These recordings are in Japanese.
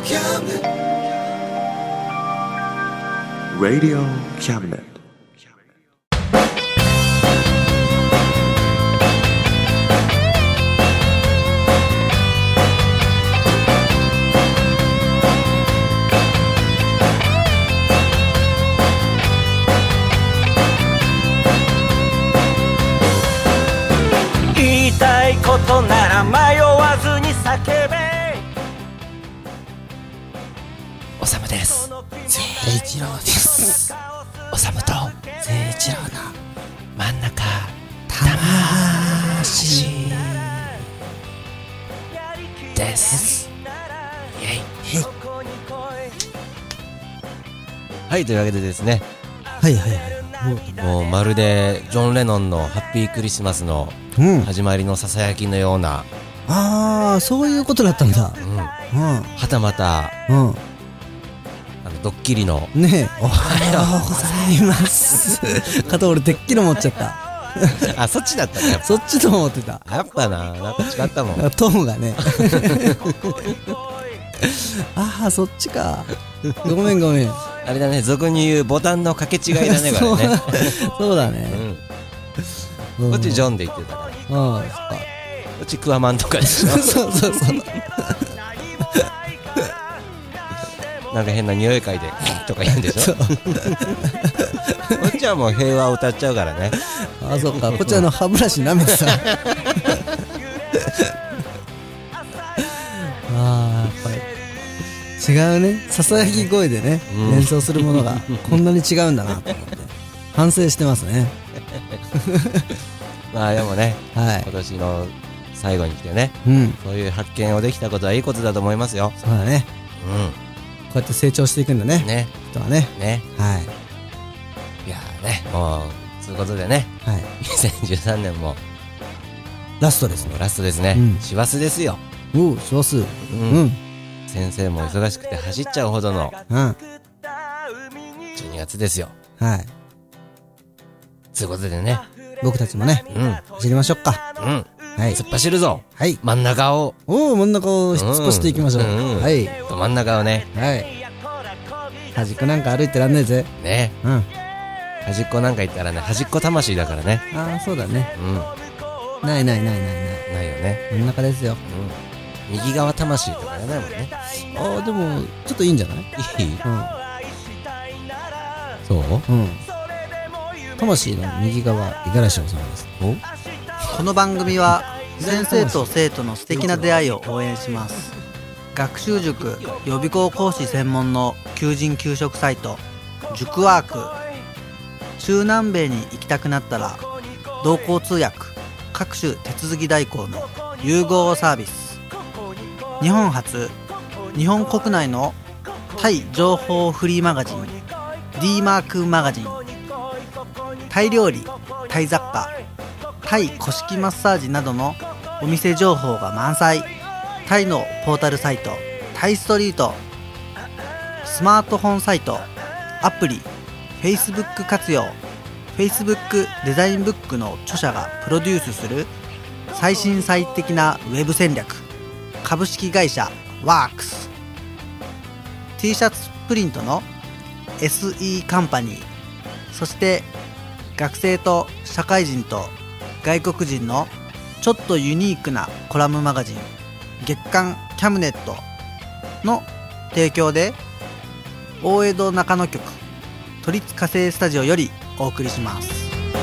Radio Cabinet. 言いたいことなら迷わずに叫べ。 おさむです。誠一郎です。おさむと誠一郎の真ん中魂です。イエイヘイ。はい、というわけでですね、 はいはいはい。 もうまるでジョン・レノンのハッピークリスマスの始まりのささやきのような、 ああ、そういうことだったんだ。 はたまたドッキリのねえ、おはようございますかと俺てっきり思っちゃったあ、そっちだったね。 そっちと思ってた。 やっぱなんか違ったもんトーンがねああ、そっちか。ごめんごめん。 あれだね、俗に言うボタンの掛け違いだねこれねそうだね、 こっちジョンで言ってたから、 ああ、そっか。 こっちクワマンとかでしょそうそうそうなんか変な匂い嗅いでとか言うんでしょこっちはもう平和を歌っちゃうからね。 ああ、そっか。こっち歯ブラシ舐めてたああ、やっぱり違うね。ささやき声でね、連想するものがこんなに違うんだなと思って反省してますねまあでもね、 はい、 今年の最後に来てね、そういう発見をできたことはいいことだと思いますよ。 そうだね。こうやって成長していくんだね。ね、人はね。ね。はい。 いやーね、もうそういうことでね、はい、2013年もラストですね。 ラストですね。師走ですよ。 おう、師走。 先生も忙しくて走っちゃうほどの12月ですよ。はい。ということでね、 僕たちもね、走りましょうか。はい。 突っ走るぞ。 はい。 真ん中を。 真ん中を突っ走っていきましょう。はい。 真ん中をね。 はい。端っこなんか歩いてらんねえぜ。 ね。端っこなんか行ったらね、端っこ魂だからね。 ああ、そうだね。ないないないないない。 ないよね。 真ん中ですよ。 右側魂とかやないもんね。 ああ、でもちょっといいんじゃない？いい。 そう？ 魂の右側、五十嵐治です。 この番組は先生と生徒の素敵な出会いを応援します。学習塾予備校講師専門の求人・求職サイト塾ワーク。中南米に行きたくなったら同行通訳、各種手続き代行の融合サービス。日本初、日本国内のタイ情報フリーマガジン D マークマガジン。タイ料理、タイ雑貨、タイ古式マッサージなどのお店情報が満載。タイのポータルサイトタイストリート。スマートフォンサイト、アプリ、Facebook 活用。 Facebook デザインブックの著者がプロデュースする最新最適なウェブ戦略。株式会社ワークス。 T シャツプリントの SE カンパニー。そして学生と社会人と外国人のちょっとユニークなコラムマガジン月刊キャムネットの提供で、大江戸中野局都立火星スタジオよりお送りします。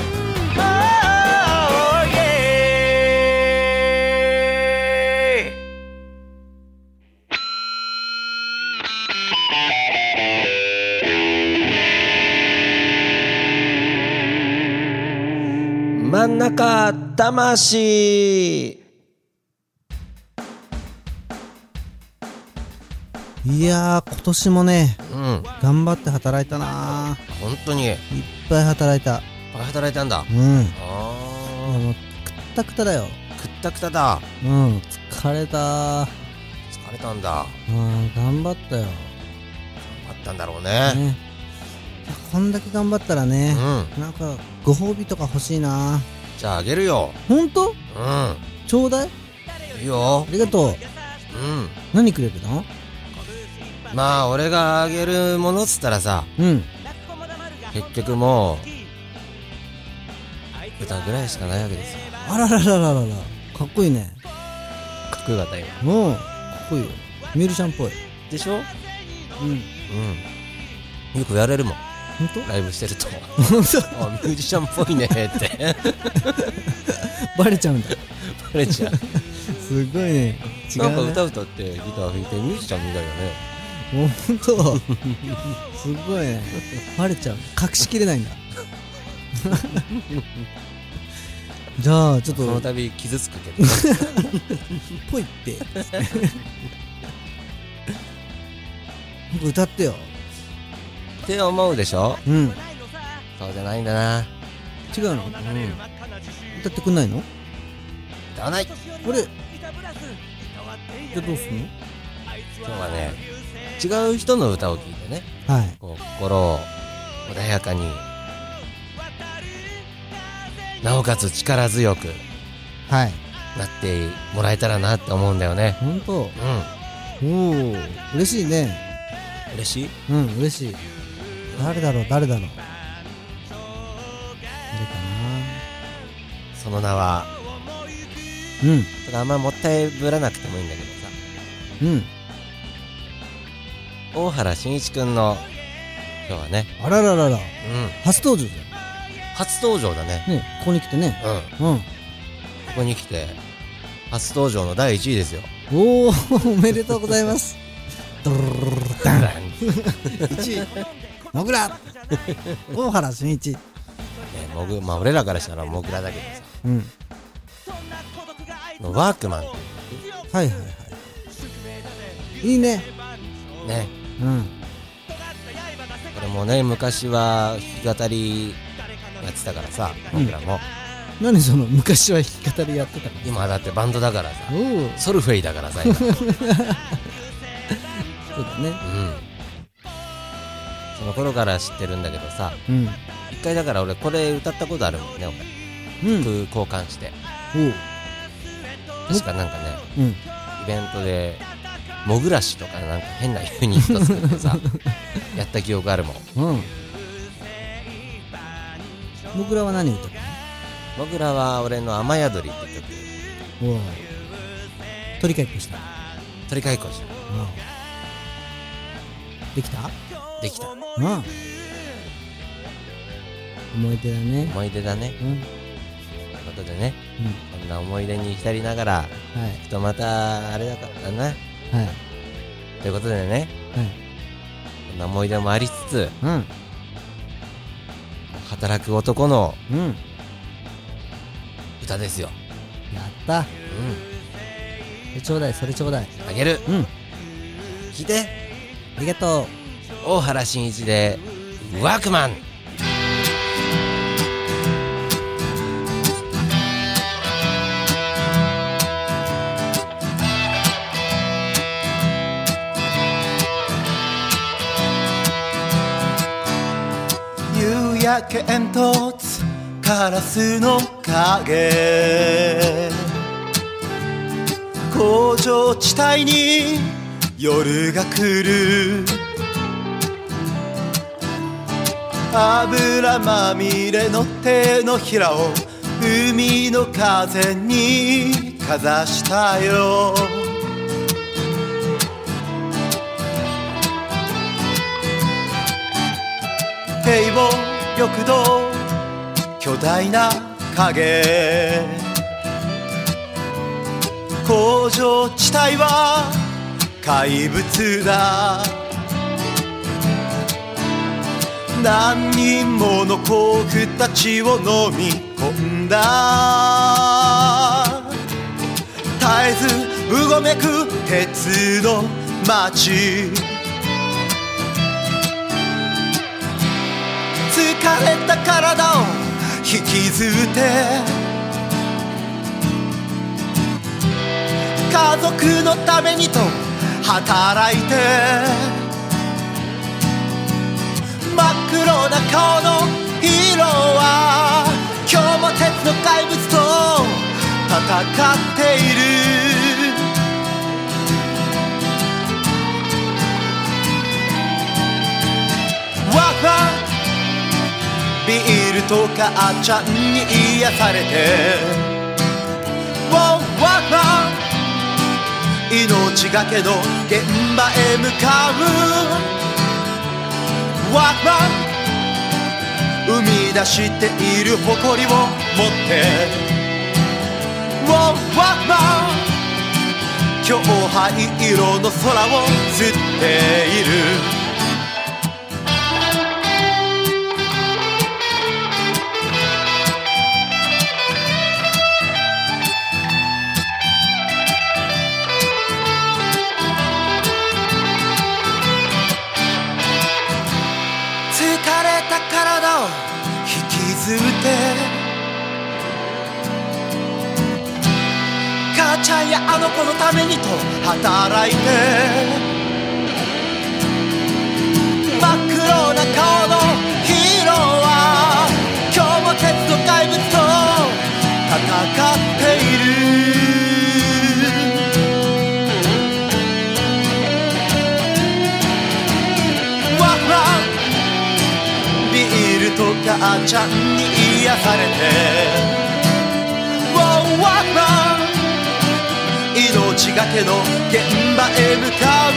真ん中魂。 いやー、今年もね、頑張って働いたな。 本当にいっぱい働いた。 働いたんだ。 ああ、もうくったくただよ。 くったくただ。 疲れた。 疲れたんだ。 頑張ったよ。 頑張ったんだろうね。 こんだけ頑張ったらね、なんかご褒美とか欲しいな。 じゃああげるよ。 ほんと？ちょうだい。 いいよ。 ありがとう。何くれるの？ まあ俺があげるものっつったらさ、結局もう歌ぐらいしかないわけですよ。 あらららららら、かっこいいね。 かっこよかった今。 もうかっこいいよ。ミュージシャンっぽいでしょ。よくやれるもん。 本当？ ライブしてると本当？ あ、ミュージシャンっぽいねってバレちゃうんだ。 バレちゃう。 すごいね。違うね。 なんか歌ってギター弾いてミュージシャンみたいよね。 本当。すごいね。バレちゃう。隠しきれないんだ。じゃあちょっとその度傷つくけどぽいって歌ってよって思うでしょ。そうじゃないんだな。 違うの？歌ってくんないの？ 歌わない。 あれ？じゃあどうすんの？ 今日はね、違う人の歌を聴いてね、こう心を穏やかに、なおかつ力強くなってもらえたらなって思うんだよね。 本当？おお、嬉しいね。 嬉しい？ 嬉しい。誰だろう？誰かな？ その名はだからあんまもったいぶらなくてもいいんだけどさ、大原慎一くんの今日はね、 あらららら、初登場じゃん。 初登場だね。 ここに来てね。 ここに来て初登場の第1位ですよ。 おお、おめでとうございます。ドルルルルダン1位もぐら大原慎一ね。 まあ俺らからしたらもぐらだけどさ、ワークマン。いいね。これもね、昔は弾き語りやってたからさ、僕らも。 何その昔は弾き語りやってたの？ 今だってバンドだからさ、ソルフェイだからさ今そうだね。 その頃から知ってるんだけどさ、一回だから俺これ歌ったことあるもんね。俺曲交換して、確かなんかね、イベントでもぐらしとかなんか変なユニット作ってさやった記憶あるもん。 もぐらは何歌ったの？ もぐらは俺の雨宿りって曲。 取り替えっこした。 取り替えっこした。 できた？ できた。 思い出だね。 思い出だね。ということでね、こんな思い出に浸りながら、きっとまたあれだからな。ということでね、こんな思い出もありつつ、働く男の歌ですよ。 やった。ちょうだい、それちょうだい。 あげる。聞いて。 ありがとう。 大原慎一でワークマン。 夕焼け煙突カラスの影、工場地帯に夜が来る、油まみれの手のひらを海の風にかざしたよ。平凡緑道巨大な影、工場地帯は怪物だ。何人もの甲府たちを飲み込んだ。絶えずうごめく鉄の街、疲れた体を引きずって家族のためにと働いて、真っ黒な顔のヒーローは今日も鉄の怪物と戦っている。 マンビールと母ちゃんに癒されてワークマン命がけの現場へ向かうワークマン生み出している誇りを持ってワークマン今日灰色の空を吸っている体を引きずって母ちゃんやあの子のためにと働いて真っ黒な顔のヒーローは今日も鉄の怪物と戦っている母ちゃんに癒されてワークマン命がけの現場へ向かう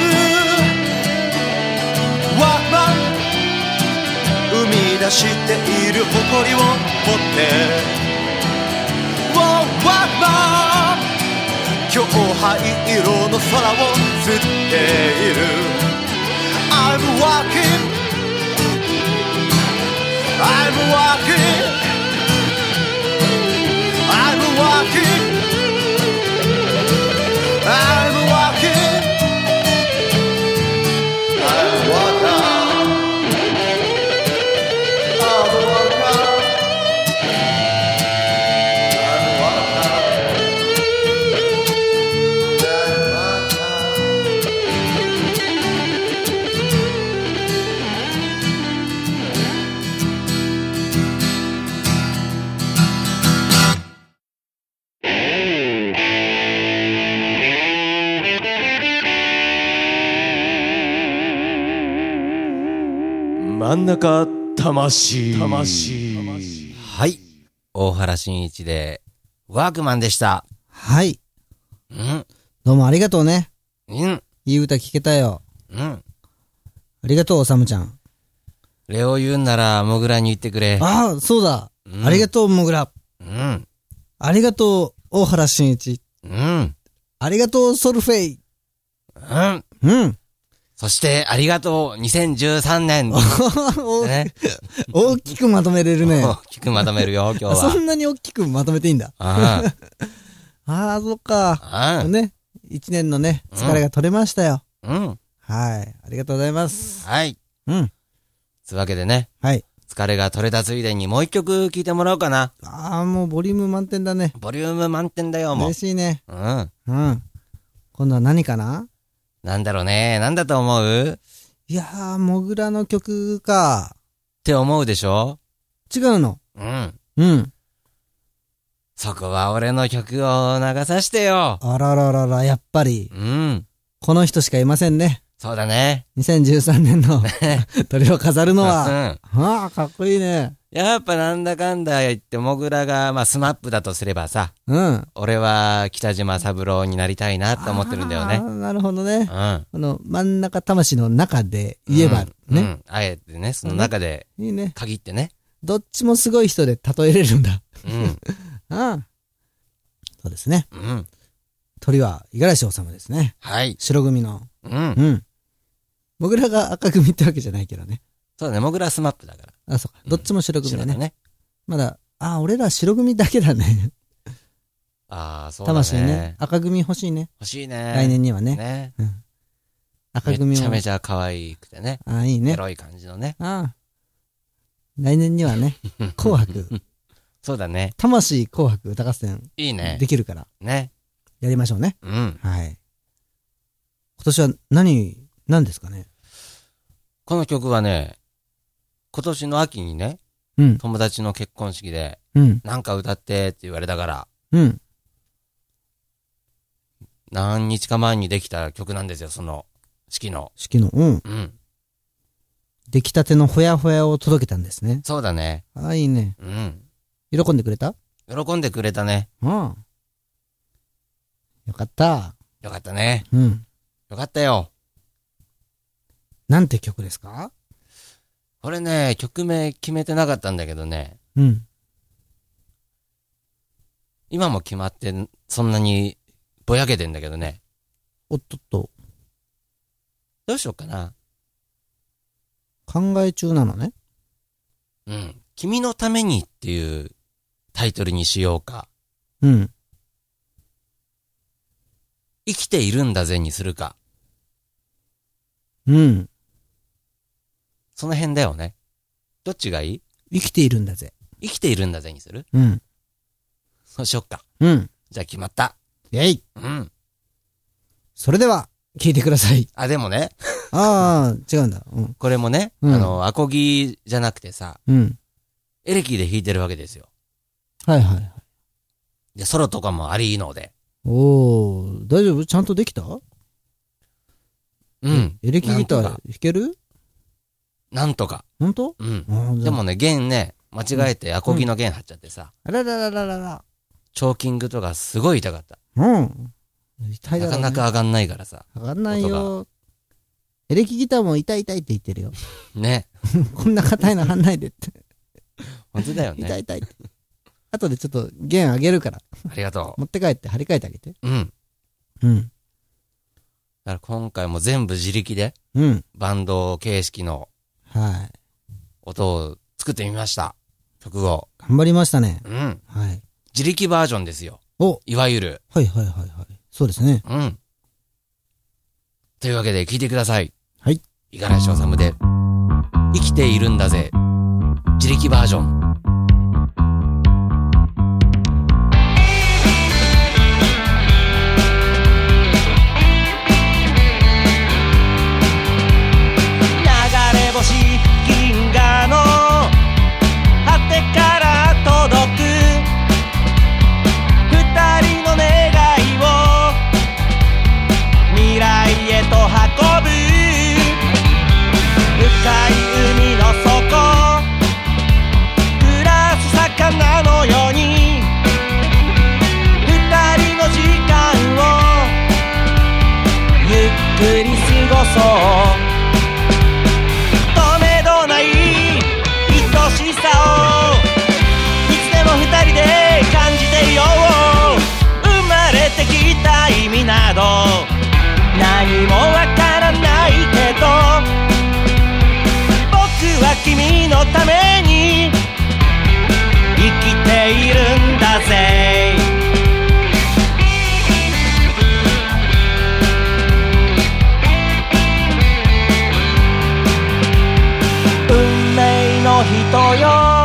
ワークマン生み出している誇りを持ってワークマン今日灰色の空を吸っている I'm walking I'm walking I'm walking I'm walking I'm walking 真ん中魂。 はい。大原慎一で、ワークマンでした。 はい。 うん。 どうもありがとうね。 うん。 いい歌聞けたよ。 うん。ありがとう、おさむちゃん。 礼を言うんなら、もぐらに言ってくれ。 ああ、そうだ。うん、ありがとう、もぐら。 うん。 ありがとう、大原慎一。 うん。 ありがとう、ソルフェイ。 うん。 うん。 そして、ありがとう、2013年。 ね、大きくまとめれるね。 大きくまとめるよ、今日は。 そんなに大きくまとめていいんだ。ああ、そっか。ね。一年のね、疲れが取れましたよ。 うん。 はい。ありがとうございます。 はい。 うん。 つうわけでね。 はい。 疲れが取れたついでにもう一曲聴いてもらおうかな。 ああ、もうボリューム満点だね。 ボリューム満点だよ、もう。 嬉しいね。 うん。 うん。今度は何かな？ なんだろうね。なんだと思う？ いやー、もぐらの曲か。 って思うでしょ？ 違うの。 うん。 うん。 そこは俺の曲を流さしてよ。 あらららら、やっぱり。 うん。 この人しかいませんね。 そうだね。 2013年の鳥を飾るのは。 うん。 ああ、かっこいいね。 やっぱなんだかんだ言って、もぐらが、まあ、スマップだとすればさ。 うん。 俺は北島三郎になりたいなって思ってるんだよね。 なるほどね。 うん。 真ん中魂の中で言えばね。 うん。あえてね、その中で。 いいね。 限ってね。 どっちもすごい人で例えれるんだ。 うん。 ああ。そうですね。 うん。 鳥は五十嵐治ですね。 はい。 白組の。 うん。 うん。もぐらが赤組ってわけじゃないけどね。 そうだね、もぐらスマップだから。 あ、そうか。どっちも白組だね。 ね。 まだ、俺ら白組だけだね。 ああ、そうだね。 魂ね。赤組欲しいね。 欲しいね。 来年にはね。 ね。 うん。赤組も。 めちゃめちゃ可愛くてね。 ああ、いいね。 エロい感じのね。 ああ。来年にはね、紅白。 そうだね。 魂紅白歌合戦。 いいね。 できるから。 ね。 やりましょうね。 うん。 はい。今年は何ですかね。 この曲はね、今年の秋にね、 うん、 友達の結婚式で、 うん、 なんか歌ってって言われたから、 うん、 何日か前にできた曲なんですよ、その式の。 うん。 うん。 出来たてのほやほやを届けたんですね。 そうだね。 ああ、いいね。 うん。 喜んでくれた？ 喜んでくれたね。 うん。よかった。 よかったね。 うん。 よかったよ。 なんて曲ですか？ これね、曲名決めてなかったんだけどね。 うん。 今も決まって、そんなにぼやけてんだけどね。 おっとっと。 どうしようかな。 考え中なのね。 うん。君のためにっていうタイトルにしようか。 うん。 生きているんだぜにするか。 うん。 その辺だよね。どっちがいい？ 生きているんだぜ。 生きているんだぜにする？ うん。 そうしよっか。 うん。 じゃあ決まった。 イェイ。 うん。 それでは、聞いてください。 あ、でもね。 ああ、違うんだ。うん。 これもね、 うん、 アコギじゃなくてさ、 うん。 エレキで弾いてるわけですよ。 はいはいはい。 で、ソロとかもありので。 おー、大丈夫？ちゃんとできた？ うん。 エレキギター弾ける？ なんとか。 ほんと？ うん。でもね、弦ね、間違えてアコギの弦張っちゃってさ。 あらららららら。 チョーキングとかすごい痛かった。 うん。痛いだろうね。 なかなか上がんないからさ。 上がんないよ。エレキギターも痛い痛いって言ってるよ。 ね。 こんな硬いの貼んないでって。 本当だよね。 痛い痛いって。後でちょっと弦あげるから。 ありがとう。持って帰って張り替えてあげて。 うん。 うん。 だから今回も全部自力で、 うん。 バンド形式の、 はい。 音を作ってみました。曲を。 頑張りましたね。 うん。 はい。 自力バージョンですよ。 お、 いわゆる。 はいはいはいはい。そうですね。 うん。というわけで聞いてください。 はい。 五十嵐治で、生きているんだぜ。自力バージョン。 銀河の果てから届く二人の願いを未来へと運ぶ深い海の底暮らす魚のように二人の時間をゆっくり過ごそう。愛しさをいつでも二人で感じていよう。生まれてきた意味など何もわからないけど僕は君のために生きているんだぜ。人よ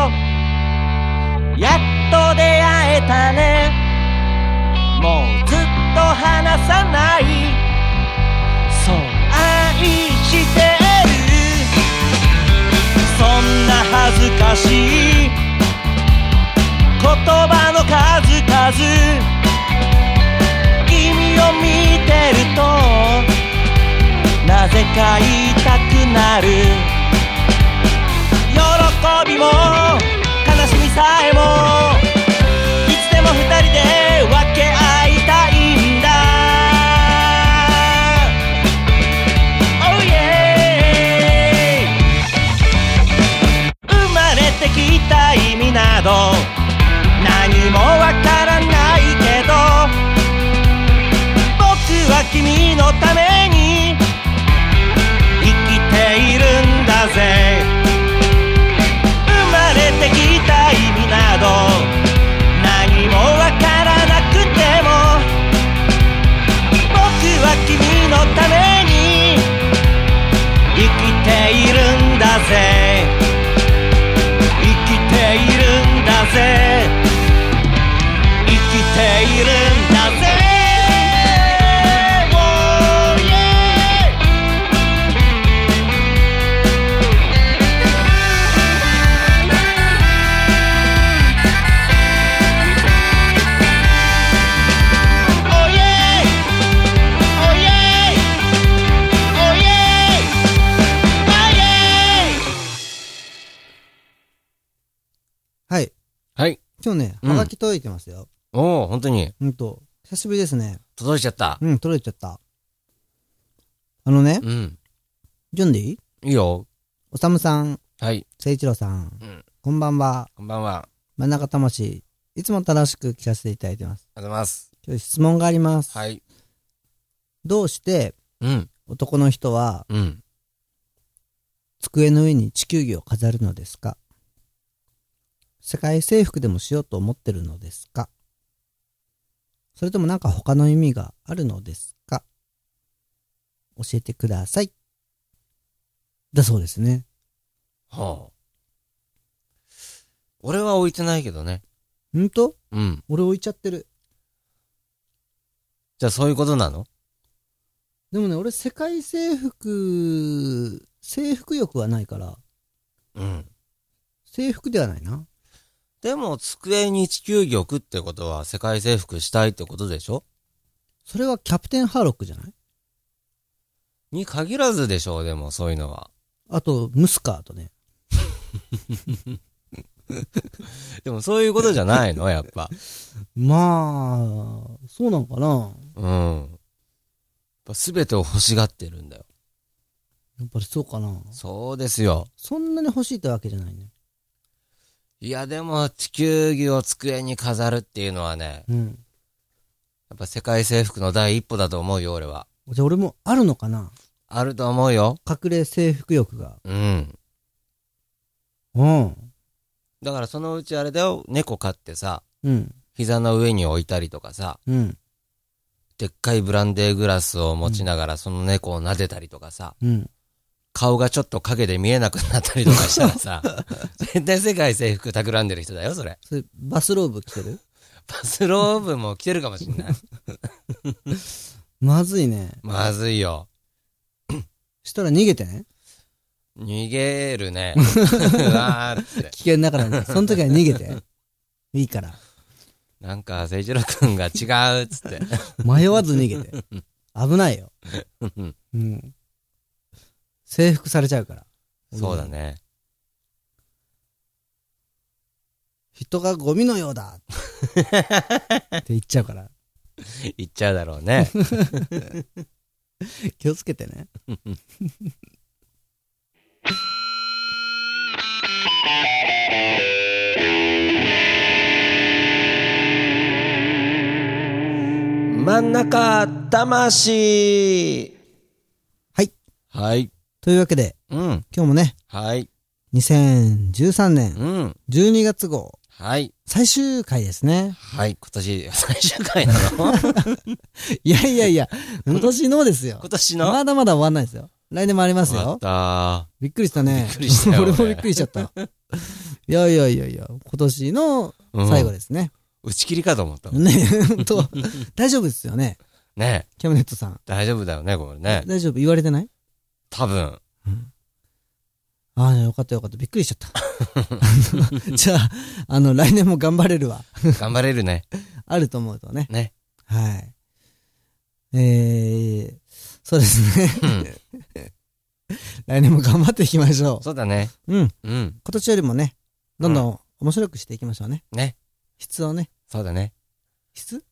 やっと出会えたね。もうずっと離さない。そう愛してる。そんな恥ずかしい言葉の数々君を見てるとなぜか言いたくなる。喜びも悲しみさえもいつでも二人で分け合いたいんだ。 Oh yeah。 生まれてきた意味など何もわからないけど僕は君のために今日ね、はがき届いてますよ。 おー、本当に。 久しぶりですね。 届いちゃった。 届いちゃった。うん。読んでいい？ いいよ。 おさむさん。 はい。 せいちろうさん。こんばんは。 こんばんは。 真ん中魂。いつも楽しく聞かせていただいてます。 ありがとうございます。 今日質問があります。 はい。 どうして、男の人は、机の上に地球儀を飾るのですか？世界征服でもしようと思ってるのですか？それともなんか他の意味があるのですか？教えてください。だそうですね。 はあ。俺は置いてないけどね。 ほんと？ うん。 俺置いちゃってる。 じゃあそういうことなの？ でもね、俺世界征服欲はないから。征服ではないな。 でも机に地球儀置くってことは世界征服したいってことでしょ？ それはキャプテンハーロックじゃない？ に限らずでしょう、でもそういうのは。 あと、ムスカーとね。 でもそういうことじゃないのやっぱ。 まあ、そうなんかな。 すべてを欲しがってるんだよ。 やっぱりそうかな。 そうですよ。 そんなに欲しいってわけじゃないね。 いやでも地球儀を机に飾るっていうのはね、やっぱ世界征服の第一歩だと思うよ、俺は。 じゃあ俺もあるのかな？ あると思うよ。 隠れ征服欲が。 だからそのうちあれだよ、猫飼ってさ、膝の上に置いたりとかさ、でっかいブランデーグラスを持ちながらその猫を撫でたりとかさ、顔がちょっと影で見えなくなったりとかしたらさ、絶対世界征服企んでる人だよ、それ。 それバスローブ着てる？ バスローブも着てるかもしんない。 まずいね。 まずいよ。 したら逃げてね。 逃げるね。うわーって。 危険だからね。その時は逃げて。いいから。 なんか、誠一郎くんが違うっつって。 迷わず逃げて。危ないよ。征服されちゃうから。 そうだね。 人がゴミのようだって言っちゃうから。 言っちゃうだろうね。 気をつけてね。 真ん中魂。 はい。 はい。 というわけで、今日もね、 はい。 2013年12月号。 はい。 最終回ですね。 はい。今年最終回なの？ いやいやいや、今年のですよ。 今年の？ まだまだ終わんないですよ。来年もありますよ。 終わった。 びっくりしたね。 びっくりしたよ。 俺もびっくりしちゃった。いやいやいやいや、今年の最後ですね。 打ち切りかと思った。 ねえ、大丈夫ですよね。 ねえ。 キャムネットさん。 大丈夫だよね、これね。 大丈夫？言われてない？ 多分。 ああ、よかったよかった。びっくりしちゃった。じゃあ、来年も頑張れるわ。 頑張れるね。 あると思うとね。 ね。 はい。そうですね。来年も頑張っていきましょう。 そうだね。 今年よりもね、どんどん面白くしていきましょうね。 ね。 質をね。 そうだね。 質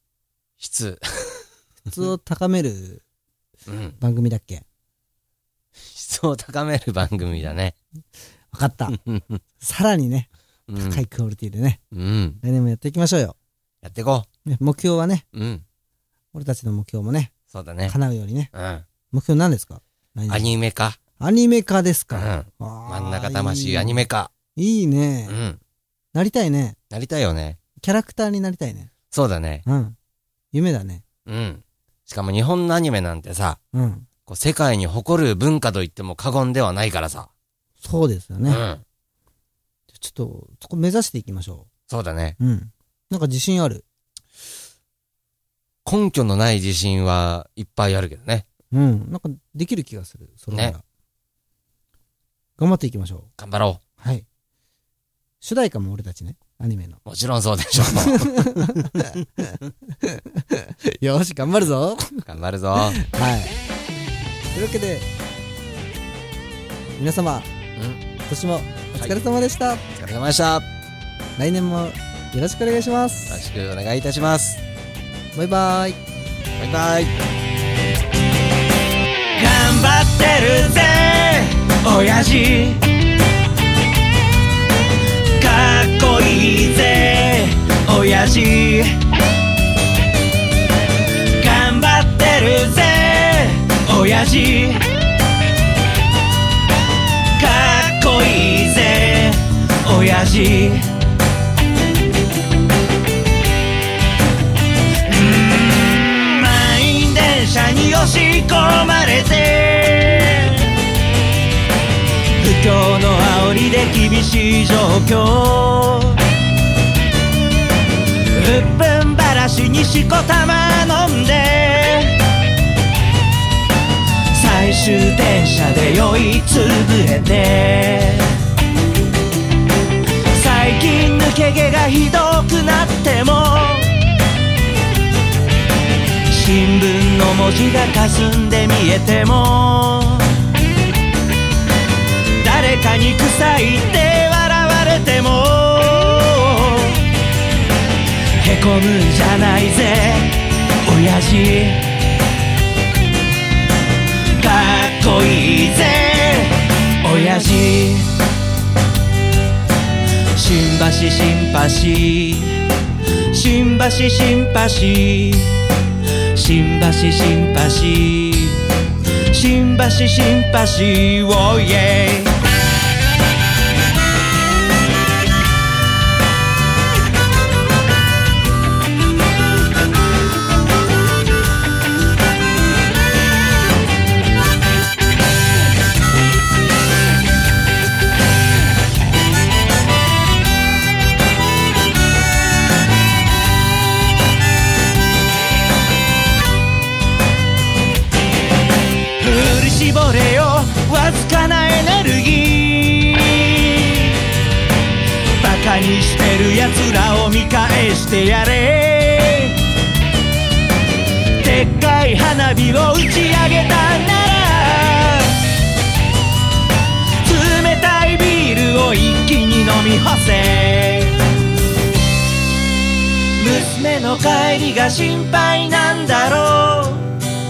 を高める番組だっけ？ 質を高める番組だね。 わかった。さらにね、高いクオリティでね、来年もやっていきましょうよ。 やっていこう。目標はね、俺たちの目標もね、 そうだね。 叶うようにね。目標何ですか？ アニメ化。 アニメ化ですか？ 真ん中魂アニメ化。 いいね。なりたいね。 なりたいよね。 キャラクターになりたいね。 そうだね。 夢だね。 しかも日本のアニメなんてさ、こう世界に誇る文化と言っても過言ではないからさ。 そうですよね。ちょっと、そこ目指していきましょう。 そうだね。 なんか自信ある？ 根拠のない自信はいっぱいあるけどね。 なんかできる気がする。それなら。頑張っていきましょう。 頑張ろう。はい。主題歌も俺たちね。アニメの。 もちろんそうでしょ。 よーし、頑張るぞ。 頑張るぞ。 はい。というわけで、皆様、今年もお疲れ様でした。 お疲れ様でした。 来年もよろしくお願いします。 よろしくお願いいたします。 バイバイ。 バイバイ。 頑張ってるぜ親父、かっこいいぜ親父、頑張ってるぜ親父、かっこいいぜ親父。満員電車に押し込まれて、不況の煽りで厳しい状況、うっぷんばらしにしこたま飲んで、最終電車で酔いつぶれて、最近抜け毛がひどくなっても、新聞の文字が霞んで見えても、誰かに臭いって笑われてもへこむんじゃないぜ親父、かっこいいぜ親父。新橋新橋新橋新橋新橋新橋新橋新橋おいえ。絞れよわずかなエネルギー、バカにしてるやつらを見返してやれ。でっかい花火を打ち上げたなら、冷たいビールを一気に飲み干せ。娘の帰りが心配なんだろう、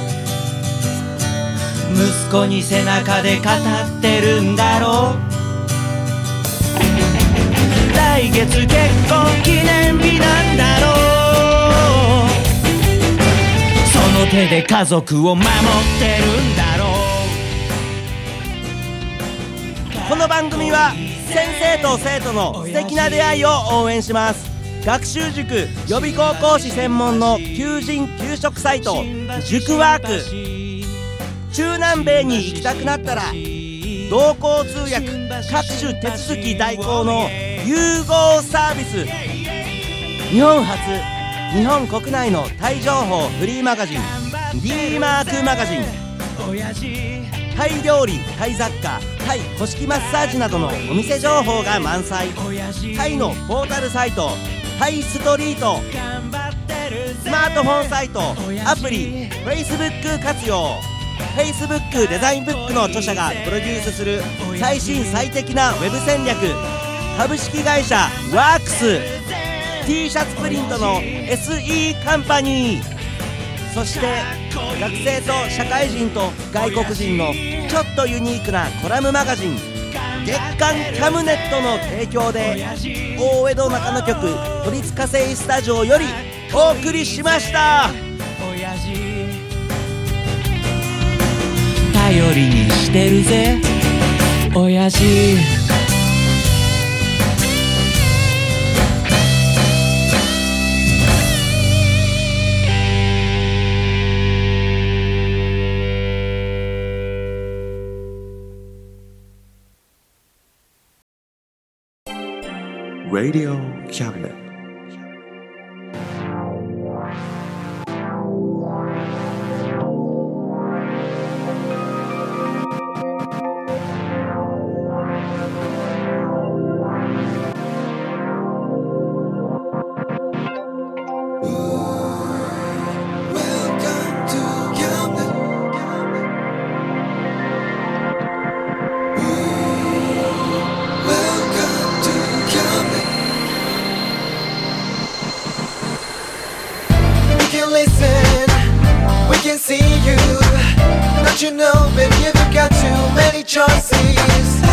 息子に背中で語ってるんだろう。来月結婚記念日なんだろう、その手で家族を守ってるんだろう。この番組は先生と生徒の素敵な出会いを応援します。学習塾予備校講師専門の求人・求職サイト塾ワーク。中南米に行きたくなったら同行通訳各種手続き代行の融合サービス。日本初日本国内のタイ情報フリーマガジン D マークマガジン。タイ料理、タイ雑貨、タイ古式マッサージなどのお店情報が満載。タイのポータルサイトタイストリート。スマートフォンサイトアプリ Facebook 活用。Facebook デザインブックの著者がプロデュースする最新最適なウェブ戦略。株式会社ワークス。 T シャツプリントの SE カンパニー。そして学生と社会人と外国人のちょっとユニークなコラムマガジン月刊キャムネットの提供で大江戸中野局都立火星スタジオよりお送りしました。頼りにしてるぜ親父。 Radio Cabinet. you know, baby, you've got too many choices.